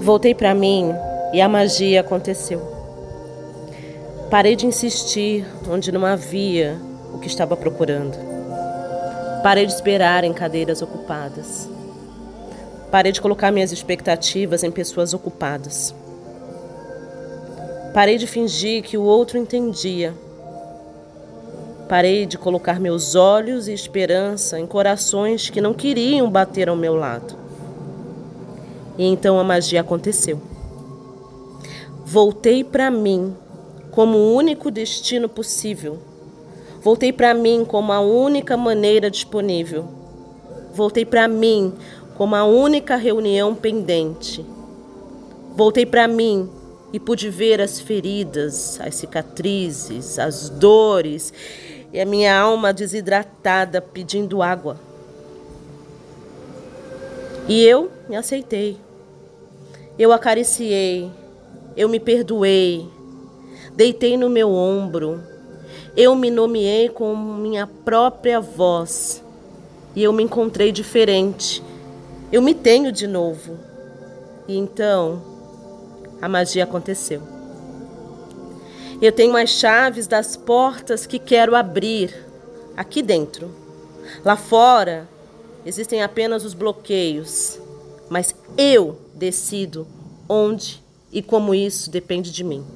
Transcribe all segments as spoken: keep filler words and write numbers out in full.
Voltei para mim e a magia aconteceu. Parei de insistir onde não havia o que estava procurando. Parei de esperar em cadeiras ocupadas. Parei de colocar minhas expectativas em pessoas ocupadas. Parei de fingir que o outro entendia. Parei de colocar meus olhos e esperança em corações que não queriam bater ao meu lado. E então a magia aconteceu. Voltei para mim como o único destino possível. Voltei para mim como a única maneira disponível. Voltei para mim como a única reunião pendente. Voltei para mim e pude ver as feridas, as cicatrizes, as dores e a minha alma desidratada pedindo água. E eu me aceitei. Eu acariciei, eu me perdoei, deitei no meu ombro, eu me nomeei com minha própria voz e eu me encontrei diferente. Eu me tenho de novo. E então a magia aconteceu. Eu tenho as chaves das portas que quero abrir aqui dentro. Lá fora existem apenas os bloqueios, mas eu decido onde e como isso depende de mim.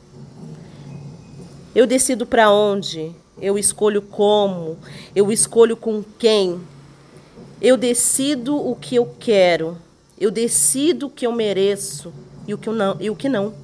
Eu decido para onde, eu escolho como, eu escolho com quem. Eu decido o que eu quero, eu decido o que eu mereço e o que, eu não, e o que não.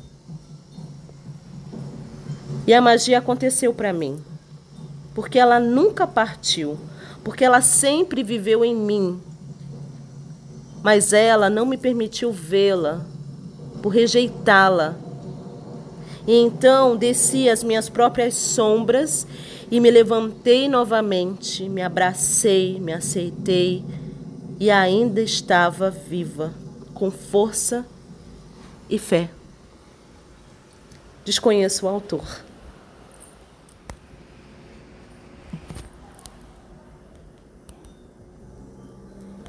E a magia aconteceu para mim, porque ela nunca partiu, porque ela sempre viveu em mim. Mas ela não me permitiu vê-la, por rejeitá-la. E então desci as minhas próprias sombras e me levantei novamente, me abracei, me aceitei e ainda estava viva, com força e fé. Desconheço o autor.